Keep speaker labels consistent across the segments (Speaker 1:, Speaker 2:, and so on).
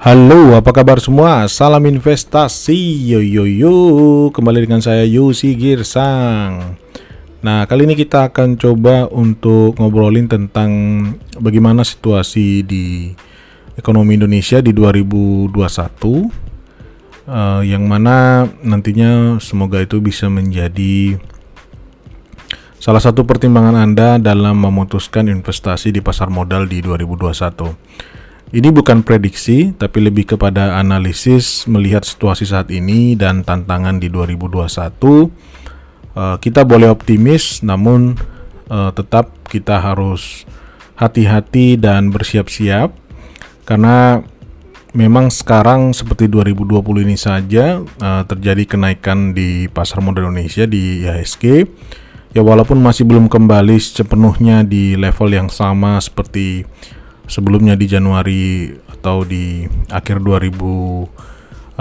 Speaker 1: Halo, apa kabar semua? Salam investasi, yo yo yo. Kembali dengan saya Yosi Girsang. Nah, kali ini kita akan coba untuk ngobrolin tentang bagaimana situasi di ekonomi Indonesia di 2021, yang mana nantinya semoga itu bisa menjadi salah satu pertimbangan Anda dalam memutuskan investasi di pasar modal di 2021. Ini bukan prediksi, tapi lebih kepada analisis melihat situasi saat ini dan tantangan di 2021. Kita boleh optimis, namun tetap kita harus hati-hati dan bersiap-siap, karena memang sekarang seperti 2020 ini saja terjadi kenaikan di pasar modal Indonesia di IHSG. Ya, walaupun masih belum kembali sepenuhnya di level yang sama seperti sebelumnya di Januari atau di akhir 2019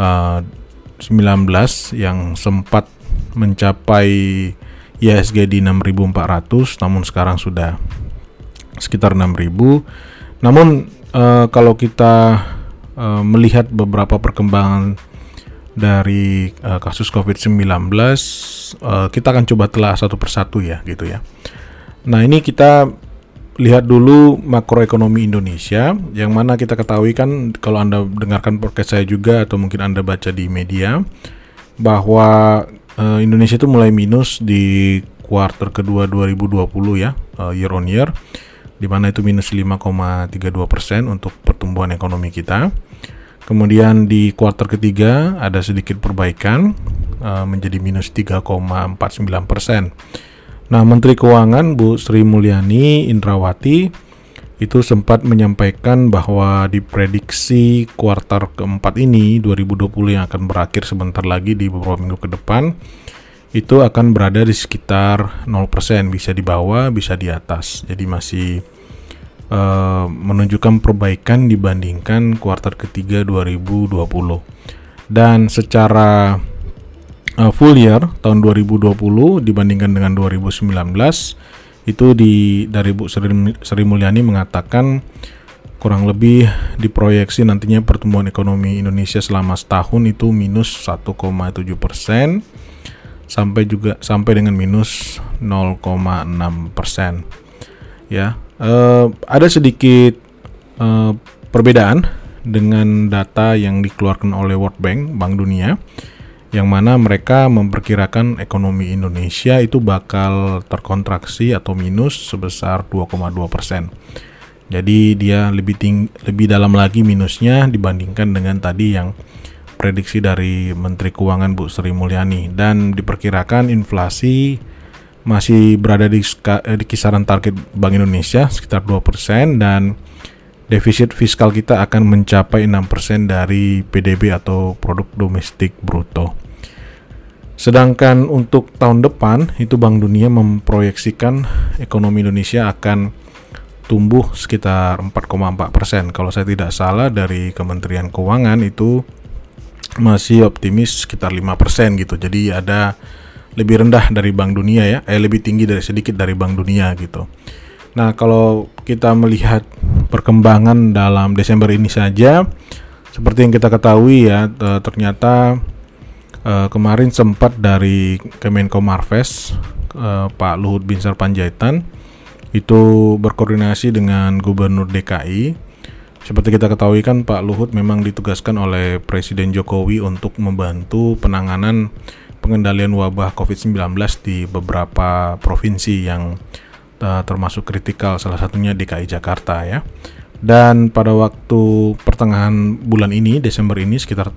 Speaker 1: yang sempat mencapai IHSG di 6.400, namun sekarang sudah sekitar 6.000. Namun kalau kita melihat beberapa perkembangan dari kasus COVID-19, kita akan coba telah satu persatu ya gitu ya. Nah, ini kita lihat dulu makroekonomi Indonesia, yang mana kita ketahui kan, kalau Anda dengarkan podcast saya juga atau mungkin Anda baca di media, bahwa Indonesia itu mulai minus di kuartal kedua 2020 ya, year on year, di mana itu minus 5,32% untuk pertumbuhan ekonomi kita. Kemudian di kuartal ketiga ada sedikit perbaikan, menjadi minus 3,49%. Nah, Menteri Keuangan Bu Sri Mulyani Indrawati itu sempat menyampaikan bahwa diprediksi kuartal keempat ini 2020 yang akan berakhir sebentar lagi di beberapa minggu ke depan itu akan berada di sekitar 0%, bisa di bawah, bisa di atas. Jadi masih menunjukkan perbaikan dibandingkan kuartal ketiga 2020. Dan secara full year tahun 2020 dibandingkan dengan 2019 itu dari Bu Sri Mulyani mengatakan kurang lebih diproyeksi nantinya pertumbuhan ekonomi Indonesia selama setahun itu minus 1,7% sampai dengan minus 0,6%. Ya, ada sedikit perbedaan dengan data yang dikeluarkan oleh World Bank Dunia, yang mana mereka memperkirakan ekonomi Indonesia itu bakal terkontraksi atau minus sebesar 2,2%. Jadi dia lebih dalam lagi minusnya dibandingkan dengan tadi yang prediksi dari Menteri Keuangan Bu Sri Mulyani, dan diperkirakan inflasi masih berada di kisaran target Bank Indonesia sekitar 2%, dan defisit fiskal kita akan mencapai 6% dari PDB atau produk domestik bruto. Sedangkan untuk tahun depan itu Bank Dunia memproyeksikan ekonomi Indonesia akan tumbuh sekitar 4,4%. Kalau saya tidak salah dari Kementerian Keuangan itu masih optimis sekitar 5% gitu. Jadi ada lebih rendah dari Bank Dunia ya, lebih tinggi sedikit dari Bank Dunia gitu. Nah, kalau kita melihat perkembangan dalam Desember ini saja, seperti yang kita ketahui ya, ternyata kemarin sempat dari Kemenko Marves, Pak Luhut Binsar Panjaitan itu berkoordinasi dengan Gubernur DKI. Seperti kita ketahui kan, Pak Luhut memang ditugaskan oleh Presiden Jokowi untuk membantu penanganan pengendalian wabah COVID-19 di beberapa provinsi yang termasuk kritikal, salah satunya DKI Jakarta ya. Dan pada waktu pertengahan bulan ini, Desember ini, sekitar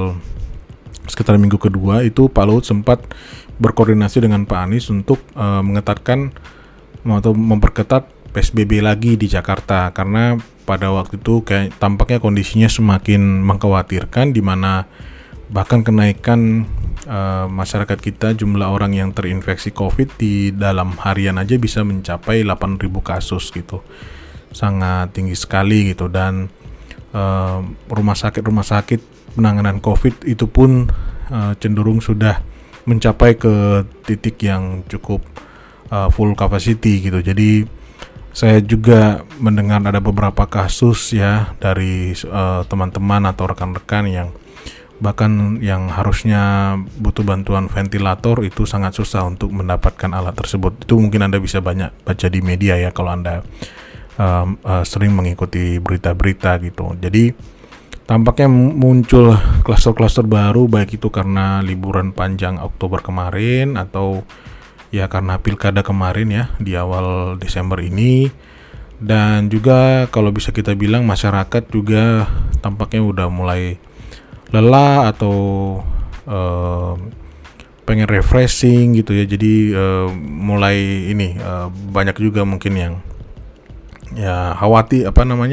Speaker 1: minggu kedua itu Pak Luhut sempat berkoordinasi dengan Pak Anies untuk mengetatkan atau memperketat PSBB lagi di Jakarta, karena pada waktu itu tampaknya kondisinya semakin mengkhawatirkan, di mana bahkan kenaikan masyarakat kita, jumlah orang yang terinfeksi COVID di dalam harian aja bisa mencapai 8.000 kasus gitu. Sangat tinggi sekali gitu, dan rumah sakit penanganan COVID itu pun cenderung sudah mencapai ke titik yang cukup full capacity gitu. Jadi saya juga mendengar ada beberapa kasus ya dari teman-teman atau rekan-rekan yang bahkan yang harusnya butuh bantuan ventilator itu sangat susah untuk mendapatkan alat tersebut. Itu mungkin Anda bisa banyak baca di media ya kalau Anda sering mengikuti berita-berita gitu. Jadi tampaknya muncul klaster-klaster baru, baik itu karena liburan panjang Oktober kemarin atau ya karena pilkada kemarin ya di awal Desember ini. Dan juga kalau bisa kita bilang masyarakat juga tampaknya udah mulai lelah atau pengen refreshing gitu ya. Jadi mulai ini banyak juga mungkin yang ya khawatir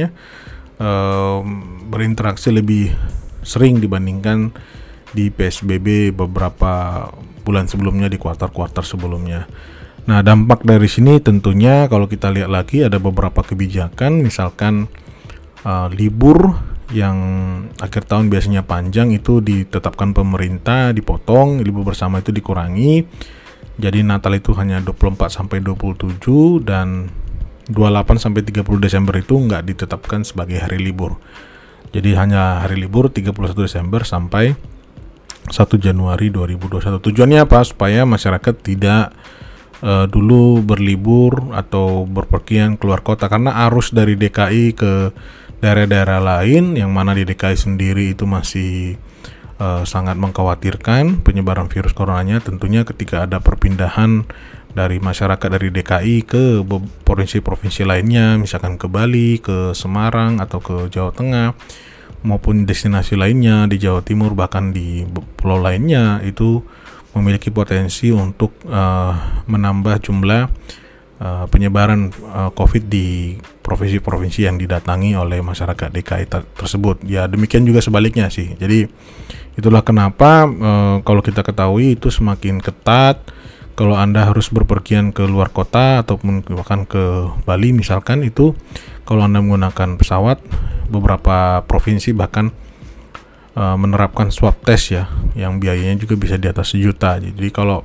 Speaker 1: berinteraksi lebih sering dibandingkan di PSBB beberapa bulan sebelumnya, di kuartal-kuartal sebelumnya. Nah, dampak dari sini tentunya kalau kita lihat lagi ada beberapa kebijakan, misalkan libur yang akhir tahun biasanya panjang itu ditetapkan pemerintah, dipotong, libur bersama itu dikurangi. Jadi Natal itu hanya 24 sampai 27 dan 28 sampai 30 Desember itu nggak ditetapkan sebagai hari libur. Jadi hanya hari libur 31 Desember sampai 1 Januari 2021. Tujuannya apa? Supaya masyarakat tidak dulu berlibur atau berpergian keluar kota, karena arus dari DKI ke daerah-daerah lain yang mana di DKI sendiri itu masih sangat mengkhawatirkan penyebaran virus coronanya. Tentunya ketika ada perpindahan dari masyarakat dari DKI ke provinsi-provinsi lainnya, misalkan ke Bali, ke Semarang, atau ke Jawa Tengah, maupun destinasi lainnya di Jawa Timur, bahkan di pulau lainnya, itu memiliki potensi untuk menambah jumlah penyebaran COVID di provinsi-provinsi yang didatangi oleh masyarakat DKI tersebut. Ya demikian juga sebaliknya sih. Jadi itulah kenapa kalau kita ketahui itu semakin ketat. Kalau Anda harus berpergian ke luar kota ataupun bahkan ke Bali misalkan, itu kalau Anda menggunakan pesawat, beberapa provinsi bahkan menerapkan swab test ya, yang biayanya juga bisa di atas 1 juta. Jadi kalau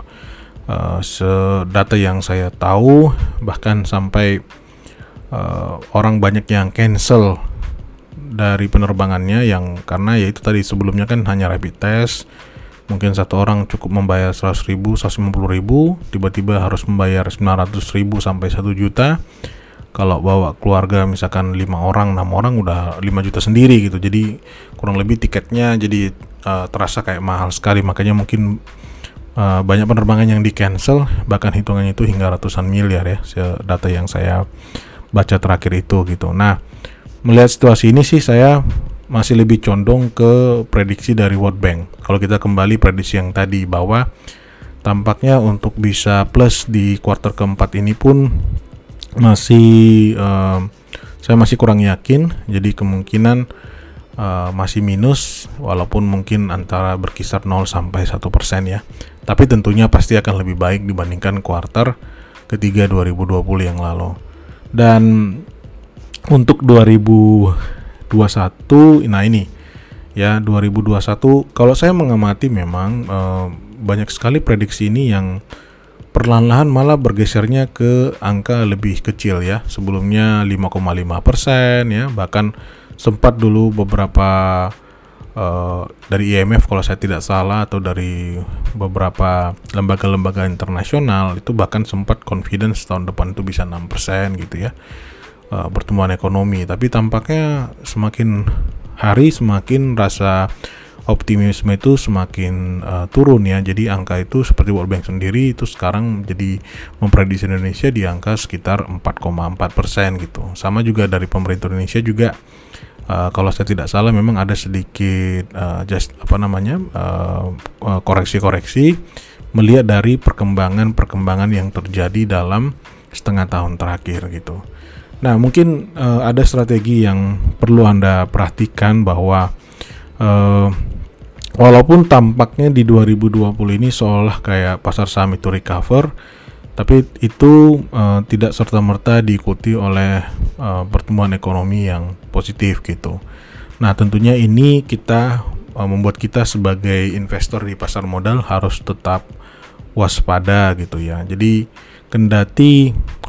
Speaker 1: data yang saya tahu, bahkan sampai orang banyak yang cancel dari penerbangannya yang karena ya itu tadi, sebelumnya kan hanya rapid test, mungkin satu orang cukup membayar 100.000, 150.000, tiba-tiba harus membayar 900.000 sampai 1 juta. Kalau bawa keluarga misalkan 5 orang, 6 orang udah 5 juta sendiri gitu. Jadi kurang lebih tiketnya jadi terasa kayak mahal sekali. Makanya mungkin banyak penerbangan yang di cancel, bahkan hitungannya itu hingga ratusan miliar ya, data yang saya baca terakhir itu gitu. Nah, melihat situasi ini sih saya masih lebih condong ke prediksi dari World Bank. Kalau kita kembali prediksi yang tadi, bahwa tampaknya untuk bisa plus di kuartal keempat ini pun masih saya masih kurang yakin. Jadi kemungkinan masih minus, walaupun mungkin antara berkisar 0 sampai 1% ya. Tapi tentunya pasti akan lebih baik dibandingkan kuartal ketiga 2020 yang lalu. Dan untuk 2021, nah ini ya 2021, kalau saya mengamati memang banyak sekali prediksi ini yang perlahan-lahan malah bergesernya ke angka lebih kecil ya. Sebelumnya 5,5% ya, bahkan sempat dulu beberapa dari IMF kalau saya tidak salah, atau dari beberapa lembaga-lembaga internasional itu bahkan sempat confidence tahun depan itu bisa 6% gitu ya, pertumbuhan ekonomi. Tapi tampaknya semakin hari semakin rasa optimisme itu semakin turun ya. Jadi angka itu seperti World Bank sendiri itu sekarang jadi memprediksi Indonesia di angka sekitar 4,4% gitu. Sama juga dari pemerintah Indonesia juga, kalau saya tidak salah memang ada sedikit koreksi-koreksi melihat dari perkembangan yang terjadi dalam setengah tahun terakhir gitu. Nah, mungkin ada strategi yang perlu Anda perhatikan, bahwa walaupun tampaknya di 2020 ini seolah kayak pasar saham itu recover, tapi itu tidak serta-merta diikuti oleh pertumbuhan ekonomi yang positif gitu. Nah, tentunya ini membuat kita sebagai investor di pasar modal harus tetap waspada gitu ya. Jadi kendati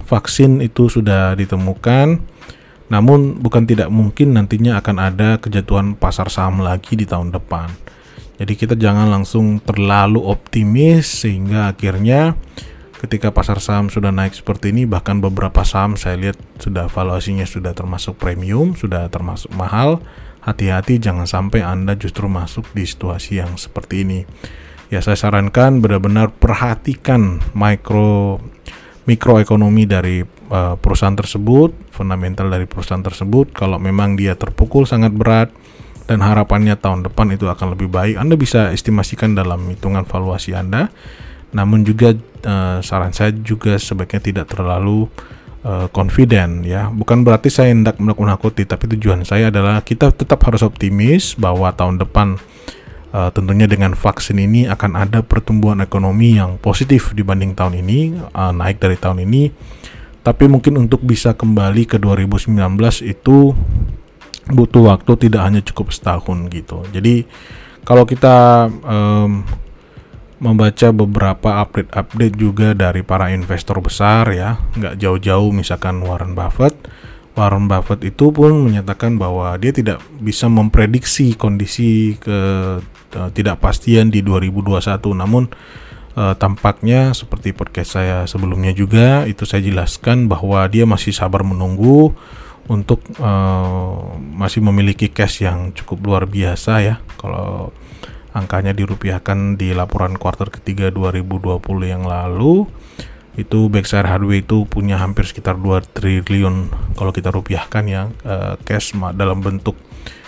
Speaker 1: vaksin itu sudah ditemukan. Namun bukan tidak mungkin nantinya akan ada kejatuhan pasar saham lagi di tahun depan. Jadi kita jangan langsung terlalu optimis sehingga akhirnya ketika pasar saham sudah naik seperti ini, bahkan beberapa saham saya lihat sudah valuasinya sudah termasuk premium, sudah termasuk mahal. Hati-hati jangan sampai Anda justru masuk di situasi yang seperti ini. Ya, saya sarankan benar-benar perhatikan mikroekonomi dari perusahaan tersebut, fundamental dari perusahaan tersebut. Kalau memang dia terpukul sangat berat dan harapannya tahun depan itu akan lebih baik, Anda bisa estimasikan dalam hitungan valuasi Anda. Namun juga saran saya juga sebaiknya tidak terlalu confident ya. Bukan berarti saya hendak menakut-nakuti, tapi tujuan saya adalah kita tetap harus optimis bahwa tahun depan tentunya dengan vaksin ini akan ada pertumbuhan ekonomi yang positif dibanding tahun ini, naik dari tahun ini. Tapi mungkin untuk bisa kembali ke 2019 itu butuh waktu, tidak hanya cukup setahun gitu. Jadi kalau kita membaca beberapa update juga dari para investor besar ya, nggak jauh-jauh misalkan Warren Buffett itu pun menyatakan bahwa dia tidak bisa memprediksi kondisi ketidakpastian di 2021. Namun tampaknya seperti podcast saya sebelumnya juga itu saya jelaskan bahwa dia masih sabar menunggu untuk masih memiliki cash yang cukup luar biasa ya. Kalau angkanya dirupiahkan di laporan kuartal ketiga 2020 yang lalu, itu Berkshire Hathaway itu punya hampir sekitar 2 triliun kalau kita rupiahkan ya, cash dalam bentuk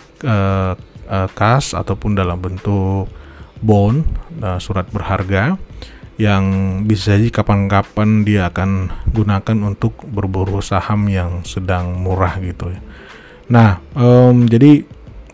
Speaker 1: kas ataupun dalam bentuk bond, surat berharga yang bisa jadi kapan-kapan dia akan gunakan untuk berburu saham yang sedang murah gitu ya. Nah, jadi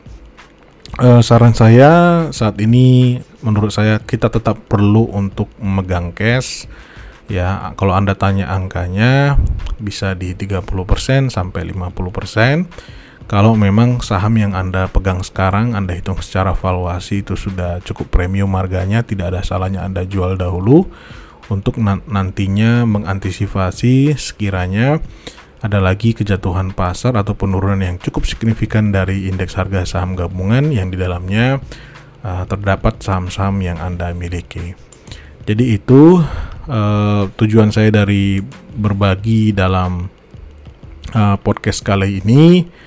Speaker 1: saran saya saat ini menurut saya kita tetap perlu untuk memegang cash ya. Kalau Anda tanya angkanya bisa di 30% sampai 50%. Kalau memang saham yang Anda pegang sekarang Anda hitung secara valuasi itu sudah cukup premium harganya, tidak ada salahnya Anda jual dahulu untuk nantinya mengantisipasi sekiranya ada lagi kejatuhan pasar atau penurunan yang cukup signifikan dari indeks harga saham gabungan yang di dalamnya terdapat saham-saham yang Anda miliki. Jadi itu tujuan saya dari berbagi dalam podcast kali ini.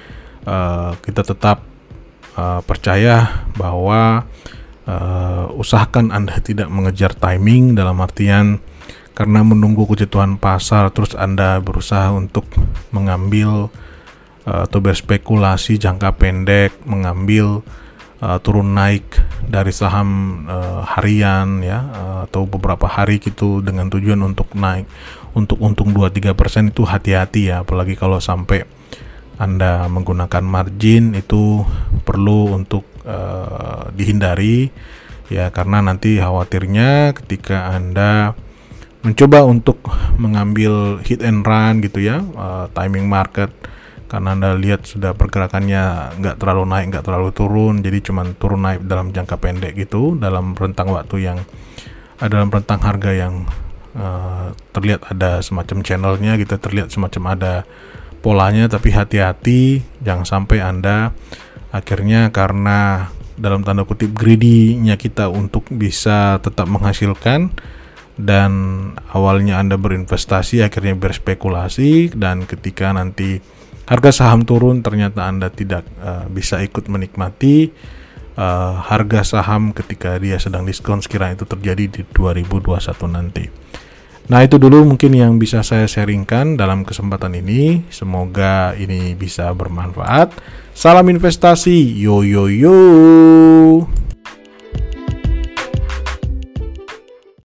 Speaker 1: Kita tetap percaya bahwa usahakan Anda tidak mengejar timing, dalam artian karena menunggu kejatuhan pasar terus Anda berusaha untuk mengambil atau berspekulasi jangka pendek, mengambil turun naik dari saham harian ya, atau beberapa hari gitu dengan tujuan untuk naik untuk untung 2-3%, itu hati-hati ya, apalagi kalau sampai Anda menggunakan margin, itu perlu untuk dihindari ya, karena nanti khawatirnya ketika Anda mencoba untuk mengambil hit and run gitu ya, timing market, karena Anda lihat sudah pergerakannya nggak terlalu naik, nggak terlalu turun, jadi cuman turun naik dalam jangka pendek gitu, dalam rentang waktu yang dalam rentang harga yang terlihat ada semacam channelnya gitu, terlihat semacam ada polanya. Tapi hati-hati jangan sampai Anda akhirnya karena dalam tanda kutip greedy-nya kita untuk bisa tetap menghasilkan, dan awalnya Anda berinvestasi akhirnya berspekulasi, dan ketika nanti harga saham turun ternyata Anda tidak bisa ikut menikmati harga saham ketika dia sedang diskon, sekiranya itu terjadi di 2021 nanti. Nah, itu dulu mungkin yang bisa saya sharingkan dalam kesempatan ini. Semoga ini bisa bermanfaat. Salam investasi. Yo yo yo.